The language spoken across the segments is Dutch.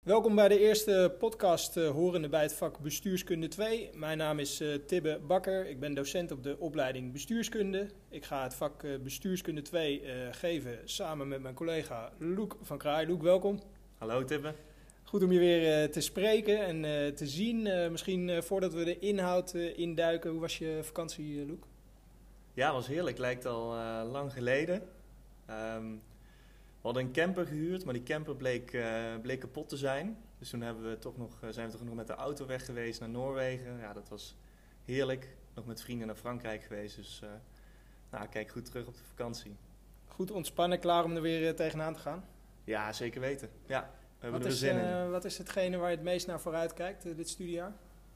Welkom bij de eerste podcast horende bij het vak Bestuurskunde 2. Mijn naam is Tibbe Bakker, ik ben docent op de opleiding Bestuurskunde. Ik ga het vak Bestuurskunde 2 geven samen met mijn collega Loek van Kraai. Loek, welkom. Hallo Tibbe. Goed om je weer te spreken en te zien. Misschien voordat we de inhoud induiken, hoe was je vakantie, Loek? Ja, was heerlijk. Lijkt al lang geleden. We hadden een camper gehuurd, maar die camper bleek kapot te zijn. Dus toen zijn we toch nog met de auto weg geweest naar Noorwegen. Ja, dat was heerlijk. Nog met vrienden naar Frankrijk geweest. Dus kijk goed terug op de vakantie. Goed ontspannen, klaar om er weer tegenaan te gaan? Ja, zeker weten. Ja, we hebben er zin in. Wat is hetgene waar je het meest naar vooruit kijkt dit studiejaar?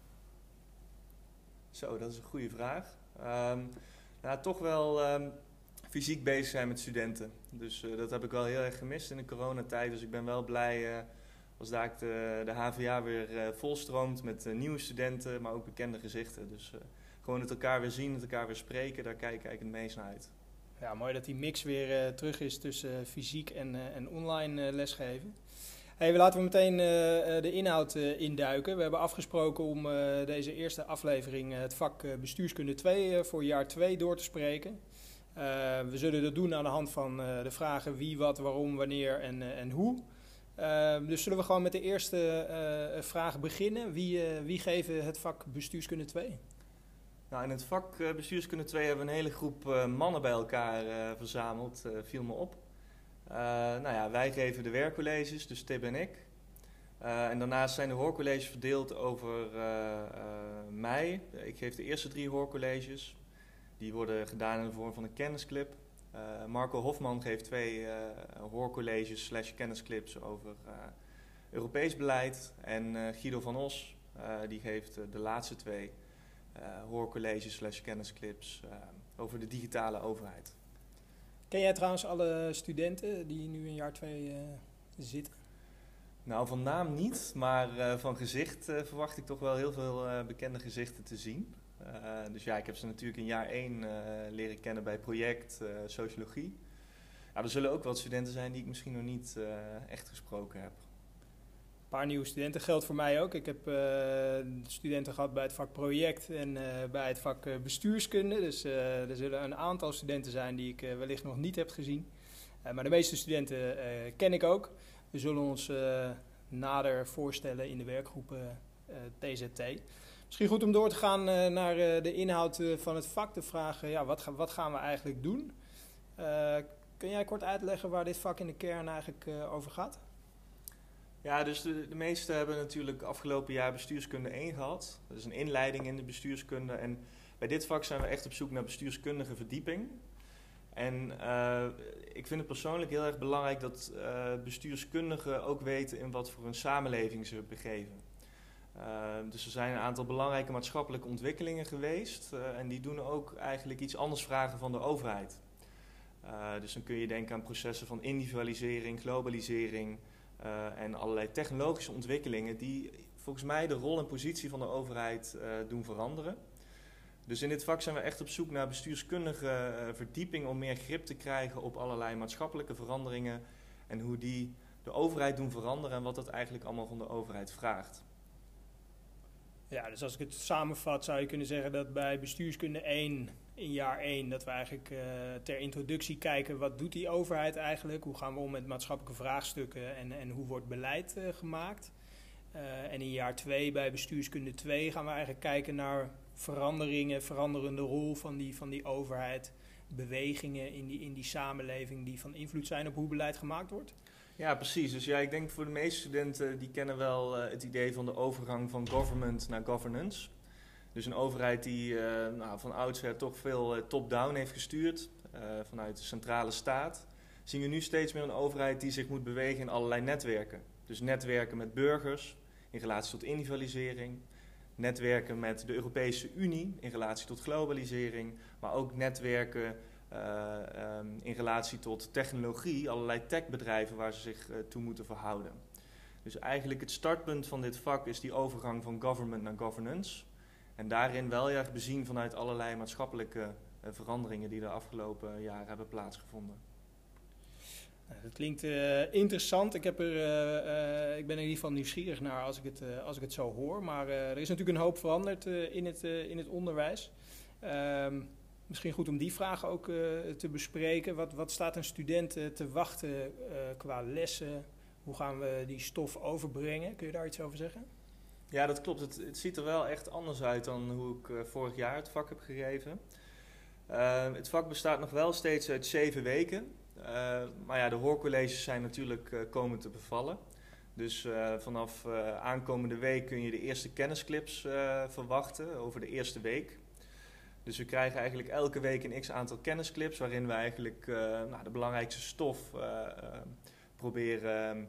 Zo, dat is een goede vraag. Toch wel fysiek bezig zijn met studenten. Dus dat heb ik wel heel erg gemist in de coronatijd. Dus ik ben wel blij als daar de HVA weer volstroomt met nieuwe studenten, maar ook bekende gezichten. Dus gewoon het elkaar weer zien, het elkaar weer spreken, daar kijk ik eigenlijk het meest naar uit. Ja, mooi dat die mix weer terug is tussen fysiek en online lesgeven. Hey, laten we meteen de inhoud induiken. We hebben afgesproken om deze eerste aflevering het vak Bestuurskunde 2 voor jaar 2 door te spreken. We zullen dat doen aan de hand van de vragen wie, wat, waarom, wanneer en hoe. Dus zullen we gewoon met de eerste vraag beginnen. Wie geven het vak Bestuurskunde 2? Nou, in het vak Bestuurskunde 2 hebben we een hele groep mannen bij elkaar verzameld, viel me op. Wij geven de werkcolleges, dus Tib en ik. En daarnaast zijn de hoorcolleges verdeeld over mij. Ik geef de eerste 3 hoorcolleges. Die worden gedaan in de vorm van een kennisclip. Marco Hofman geeft 2 hoorcolleges / kennisclips over Europees beleid. En Guido van Os die geeft de laatste 2 hoorcolleges / kennisclips over de digitale overheid. Ken jij trouwens alle studenten die nu in jaar 2 zitten? Nou, van naam niet, maar van gezicht verwacht ik toch wel heel veel bekende gezichten te zien. Dus ja, ik heb ze natuurlijk in jaar 1 leren kennen bij project Sociologie. Ja, er zullen ook wel studenten zijn die ik misschien nog niet echt gesproken heb. Een paar nieuwe studenten geldt voor mij ook. Ik heb studenten gehad bij het vak project en bij het vak bestuurskunde. Dus er zullen een aantal studenten zijn die ik wellicht nog niet heb gezien. Maar de meeste studenten ken ik ook. We zullen ons nader voorstellen in de werkgroep TZT. Misschien goed om door te gaan naar de inhoud van het vak. De vraag, wat gaan we eigenlijk doen? Kun jij kort uitleggen waar dit vak in de kern eigenlijk over gaat? Ja, dus de meesten hebben natuurlijk afgelopen jaar bestuurskunde 1 gehad. Dat is een inleiding in de bestuurskunde. En bij dit vak zijn we echt op zoek naar bestuurskundige verdieping. En ik vind het persoonlijk heel erg belangrijk dat bestuurskundigen ook weten in wat voor een samenleving ze begeven. Dus er zijn een aantal belangrijke maatschappelijke ontwikkelingen geweest. En die doen ook eigenlijk iets anders vragen van de overheid. Dus dan kun je denken aan processen van individualisering, globalisering en allerlei technologische ontwikkelingen die volgens mij de rol en positie van de overheid doen veranderen. Dus in dit vak zijn we echt op zoek naar bestuurskundige verdieping om meer grip te krijgen op allerlei maatschappelijke veranderingen en hoe die de overheid doen veranderen en wat dat eigenlijk allemaal van de overheid vraagt. Ja, dus als ik het samenvat zou je kunnen zeggen dat bij bestuurskunde 1 in jaar 1 dat we eigenlijk ter introductie kijken wat doet die overheid eigenlijk, hoe gaan we om met maatschappelijke vraagstukken en hoe wordt beleid gemaakt. En in jaar 2 bij bestuurskunde 2 gaan we eigenlijk kijken naar veranderingen, veranderende rol van die overheid, bewegingen in die samenleving die van invloed zijn op hoe beleid gemaakt wordt. Ja, precies. Dus ja, ik denk voor de meeste studenten die kennen wel het idee van de overgang van government naar governance. Dus een overheid die van oudsher toch veel top-down heeft gestuurd vanuit de centrale staat. Zien we nu steeds meer een overheid die zich moet bewegen in allerlei netwerken. Dus netwerken met burgers in relatie tot individualisering. Netwerken met de Europese Unie in relatie tot globalisering. Maar ook netwerken in relatie tot technologie, allerlei techbedrijven waar ze zich toe moeten verhouden. Dus eigenlijk het startpunt van dit vak is die overgang van government naar governance. En daarin wel erg bezien vanuit allerlei maatschappelijke veranderingen die de afgelopen jaren hebben plaatsgevonden. Dat klinkt interessant. Ik ben er in ieder geval nieuwsgierig naar als ik het zo hoor. Maar er is natuurlijk een hoop veranderd in het onderwijs. Misschien goed om die vraag ook te bespreken. Wat staat een student te wachten qua lessen? Hoe gaan we die stof overbrengen? Kun je daar iets over zeggen? Ja, dat klopt. Het ziet er wel echt anders uit dan hoe ik vorig jaar het vak heb gegeven. Het vak bestaat nog wel steeds uit 7 weken. Maar ja, de hoorcolleges zijn natuurlijk komen te bevallen. Dus vanaf aankomende week kun je de eerste kennisclips verwachten over de eerste week. Dus we krijgen eigenlijk elke week een x-aantal kennisclips waarin we eigenlijk de belangrijkste stof proberen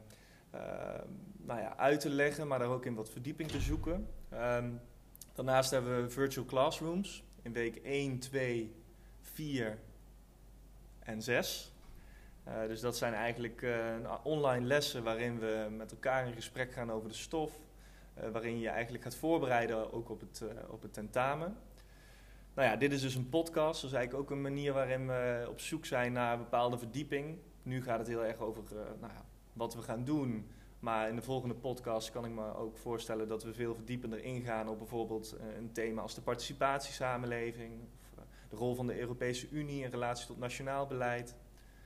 uit te leggen, maar daar ook in wat verdieping te zoeken. Daarnaast hebben we virtual classrooms in week 1, 2, 4 en 6. Dus dat zijn eigenlijk online lessen waarin we met elkaar in gesprek gaan over de stof. Waarin je eigenlijk gaat voorbereiden ook op het tentamen. Nou ja, dit is dus een podcast. Dat is eigenlijk ook een manier waarin we op zoek zijn naar een bepaalde verdieping. Nu gaat het heel erg over wat we gaan doen. Maar in de volgende podcast kan ik me ook voorstellen dat we veel verdiepender ingaan op bijvoorbeeld een thema als de participatiesamenleving. Of de rol van de Europese Unie in relatie tot nationaal beleid.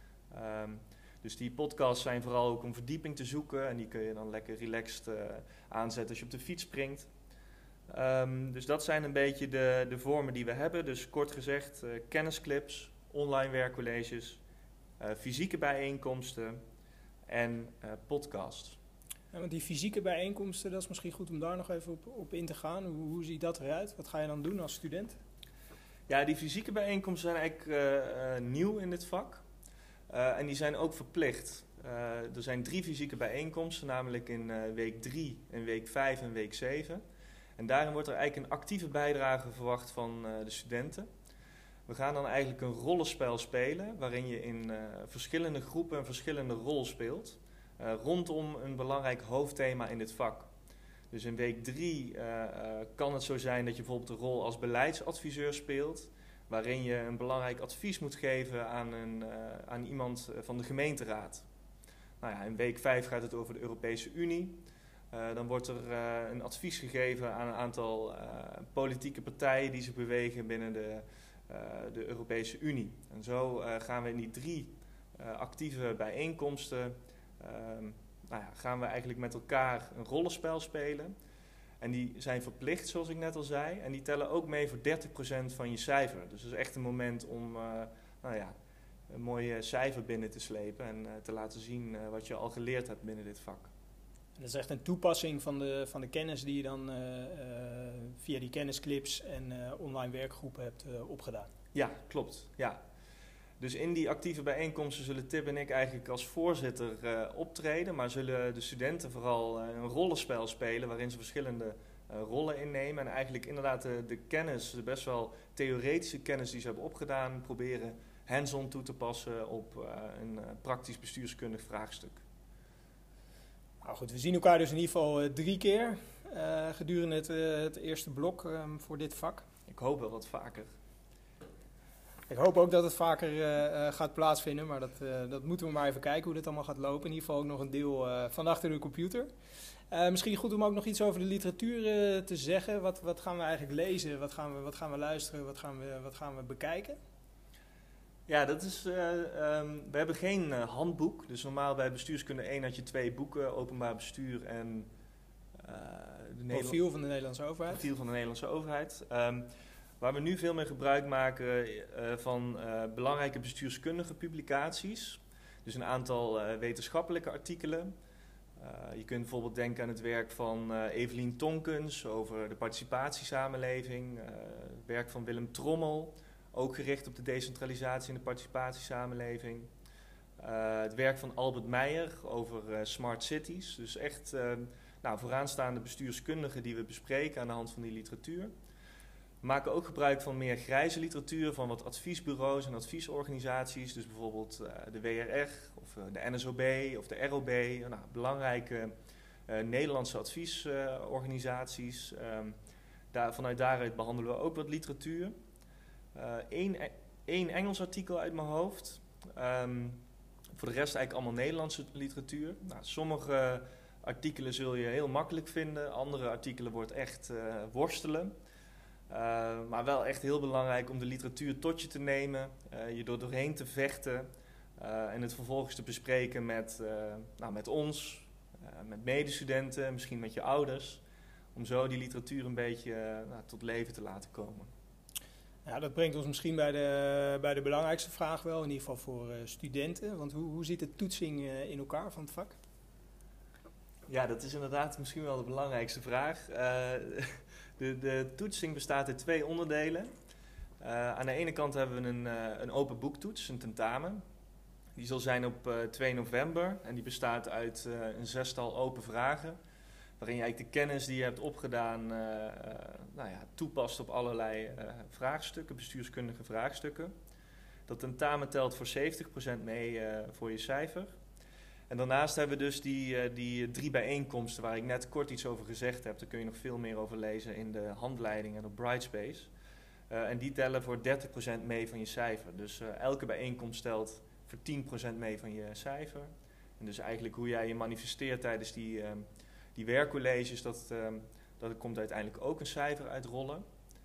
Dus die podcasts zijn vooral ook om verdieping te zoeken. En die kun je dan lekker relaxed aanzetten als je op de fiets springt. Dus dat zijn een beetje de vormen die we hebben. Dus kort gezegd kennisclips, online werkcolleges, fysieke bijeenkomsten en podcasts. Ja, want die fysieke bijeenkomsten, dat is misschien goed om daar nog even op in te gaan. Hoe ziet dat eruit? Wat ga je dan doen als student? Ja, die fysieke bijeenkomsten zijn eigenlijk nieuw in dit vak. En die zijn ook verplicht. Er zijn 3 fysieke bijeenkomsten, namelijk in week 3, in week 5 en week 7. En daarin wordt er eigenlijk een actieve bijdrage verwacht van de studenten. We gaan dan eigenlijk een rollenspel spelen, waarin je in verschillende groepen een verschillende rol speelt. Rondom een belangrijk hoofdthema in dit vak. Dus in week 3 kan het zo zijn dat je bijvoorbeeld de rol als beleidsadviseur speelt, waarin je een belangrijk advies moet geven aan iemand van de gemeenteraad. Nou ja, in week 5 gaat het over de Europese Unie. Dan wordt er een advies gegeven aan een aantal politieke partijen die zich bewegen binnen de Europese Unie. En zo gaan we in die 3 actieve bijeenkomsten gaan we eigenlijk met elkaar een rollenspel spelen. En die zijn verplicht, zoals ik net al zei. En die tellen ook mee voor 30% van je cijfer. Dus het is echt een moment om een mooi cijfer binnen te slepen en te laten zien wat je al geleerd hebt binnen dit vak. En dat is echt een toepassing van de kennis die je dan via die kennisclips en online werkgroepen hebt opgedaan. Ja, klopt. Ja. Dus in die actieve bijeenkomsten zullen Tib en ik eigenlijk als voorzitter optreden, maar zullen de studenten vooral een rollenspel spelen waarin ze verschillende rollen innemen en eigenlijk inderdaad de kennis, de best wel theoretische kennis die ze hebben opgedaan, proberen hands-on toe te passen op een praktisch bestuurskundig vraagstuk. Nou goed, we zien elkaar dus in ieder geval 3 keer gedurende het eerste blok voor dit vak. Ik hoop wel wat vaker. Ik hoop ook dat het vaker gaat plaatsvinden, maar dat moeten we maar even kijken hoe dat allemaal gaat lopen. In ieder geval ook nog een deel van achter de computer. Misschien goed om ook nog iets over de literatuur te zeggen. Wat gaan we eigenlijk lezen? Wat gaan we luisteren? Wat gaan we bekijken? Ja, dat is, we hebben geen handboek. Dus normaal bij bestuurskunde 1 had je 2 boeken, openbaar bestuur en Profiel van de Nederlandse overheid. Profiel van de Nederlandse overheid. Waar we nu veel meer gebruik maken van belangrijke bestuurskundige publicaties. Dus een aantal wetenschappelijke artikelen. Je kunt bijvoorbeeld denken aan het werk van Evelien Tonkens over de participatiesamenleving. Het werk van Willem Trommel, ook gericht op de decentralisatie en de participatiesamenleving. Het werk van Albert Meijer over smart cities. Dus echt vooraanstaande bestuurskundigen die we bespreken aan de hand van die literatuur. We maken ook gebruik van meer grijze literatuur van wat adviesbureaus en adviesorganisaties. Dus bijvoorbeeld de WRR of de NSOB of de ROB. Belangrijke Nederlandse adviesorganisaties. Vanuit daaruit behandelen we ook wat Eén Engels artikel uit mijn hoofd. Voor de rest eigenlijk allemaal Nederlandse literatuur. Nou, sommige artikelen zul je heel makkelijk vinden. Andere artikelen wordt echt worstelen. Maar wel echt heel belangrijk om de literatuur tot je te nemen. Je er doorheen te vechten. En het vervolgens te bespreken met ons. Met medestudenten, misschien met je ouders. Om zo die literatuur een beetje tot leven te laten komen. Ja, dat brengt ons misschien bij de belangrijkste vraag wel, in ieder geval voor studenten. Want hoe zit de toetsing in elkaar van het vak? Ja, dat is inderdaad misschien wel de belangrijkste vraag. De toetsing bestaat uit 2 onderdelen. Aan de ene kant hebben we een open boektoets, een tentamen. Die zal zijn op 2 november en die bestaat uit een 6-tal open vragen. Waarin je eigenlijk de kennis die je hebt opgedaan toepast op allerlei vraagstukken, bestuurskundige vraagstukken. Dat tentamen telt voor 70% mee voor je cijfer. En daarnaast hebben we dus die 3 bijeenkomsten waar ik net kort iets over gezegd heb. Daar kun je nog veel meer over lezen in de handleiding en op Brightspace. En die tellen voor 30% mee van je cijfer. Dus elke bijeenkomst telt voor 10% mee van je cijfer. En dus eigenlijk hoe jij je manifesteert tijdens die werkcolleges, dat komt uiteindelijk ook een cijfer uitrollen.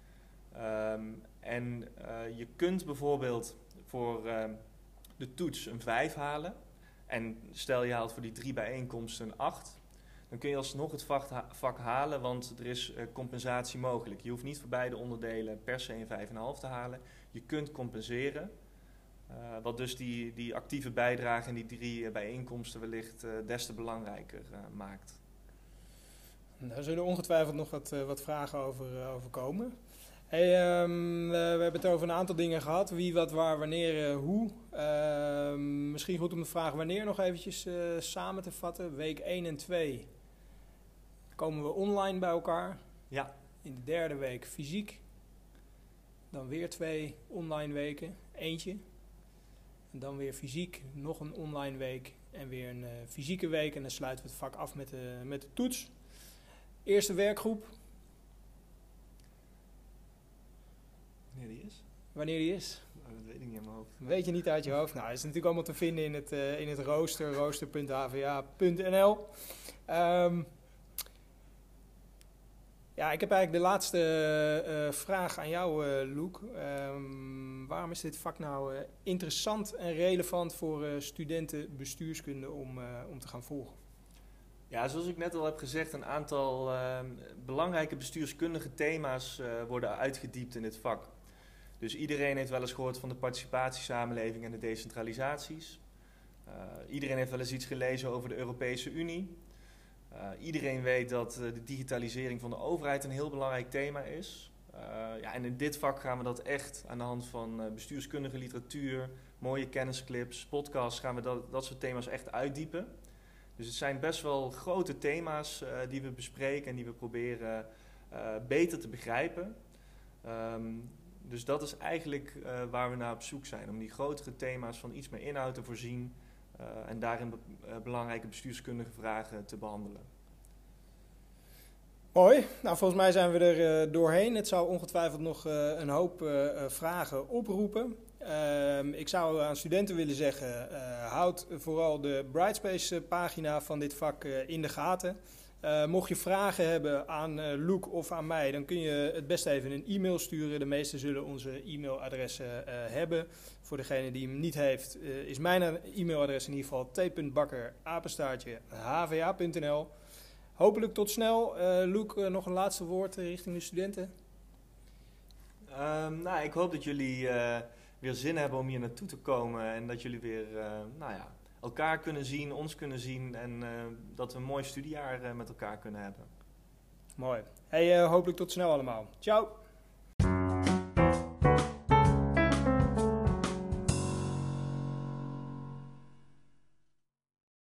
Je kunt bijvoorbeeld voor de toets een 5 halen. En stel je haalt voor die 3 bijeenkomsten een 8. Dan kun je alsnog het vak halen, want er is compensatie mogelijk. Je hoeft niet voor beide onderdelen per se een 5,5 te halen. Je kunt compenseren. Wat dus die actieve bijdrage in die 3 bijeenkomsten wellicht des te belangrijker maakt. Daar zullen ongetwijfeld nog wat vragen over komen. Hey, we hebben het over een aantal dingen gehad. Wie, wat, waar, wanneer, hoe. Misschien goed om de vraag wanneer nog eventjes samen te vatten. Week 1 en 2 komen we online bij elkaar. Ja. In de 3e week fysiek. Dan weer 2 online weken. Eentje. En dan weer fysiek, nog een online week. En weer een fysieke week. En dan sluiten we het vak af met de toets. Eerste werkgroep. Wanneer die is? Dat weet ik niet in mijn hoofd. Weet je niet uit je hoofd? Nou, dat is natuurlijk allemaal te vinden in het rooster, rooster.hva.nl. Ik heb eigenlijk de laatste vraag aan jou, Loek. Waarom is dit vak nou interessant en relevant voor studenten bestuurskunde om te gaan volgen? Ja, zoals ik net al heb gezegd, een aantal belangrijke bestuurskundige thema's worden uitgediept in dit vak. Dus iedereen heeft wel eens gehoord van de participatiesamenleving en de decentralisaties. Iedereen heeft wel eens iets gelezen over de Europese Unie. Iedereen weet dat de digitalisering van de overheid een heel belangrijk thema is. En in dit vak gaan we dat echt aan de hand van bestuurskundige literatuur, mooie kennisclips, podcasts, gaan we dat soort thema's echt uitdiepen. Dus het zijn best wel grote thema's die we bespreken en die we proberen beter te begrijpen. Dus dat is eigenlijk waar we naar op zoek zijn. Om die grotere thema's van iets meer inhoud te voorzien. En daarin belangrijke bestuurskundige vragen te behandelen. Mooi. Nou, volgens mij zijn we er doorheen. Het zou ongetwijfeld nog een hoop vragen oproepen. Ik zou aan studenten willen zeggen, houd vooral de Brightspace pagina van dit vak in de gaten. Mocht je vragen hebben aan Loek of aan mij, dan kun je het best even een e-mail sturen. De meesten zullen onze e-mailadressen hebben. Voor degene die hem niet heeft, is mijn e-mailadres in ieder geval t.bakker@hva.nl. Hopelijk tot snel. Loek, nog een laatste woord richting de studenten? Ik hoop dat jullie weer zin hebben om hier naartoe te komen. En dat jullie weer elkaar kunnen zien, ons kunnen zien. En dat we een mooi studiejaar met elkaar kunnen hebben. Mooi. Hey, hopelijk tot snel allemaal. Ciao!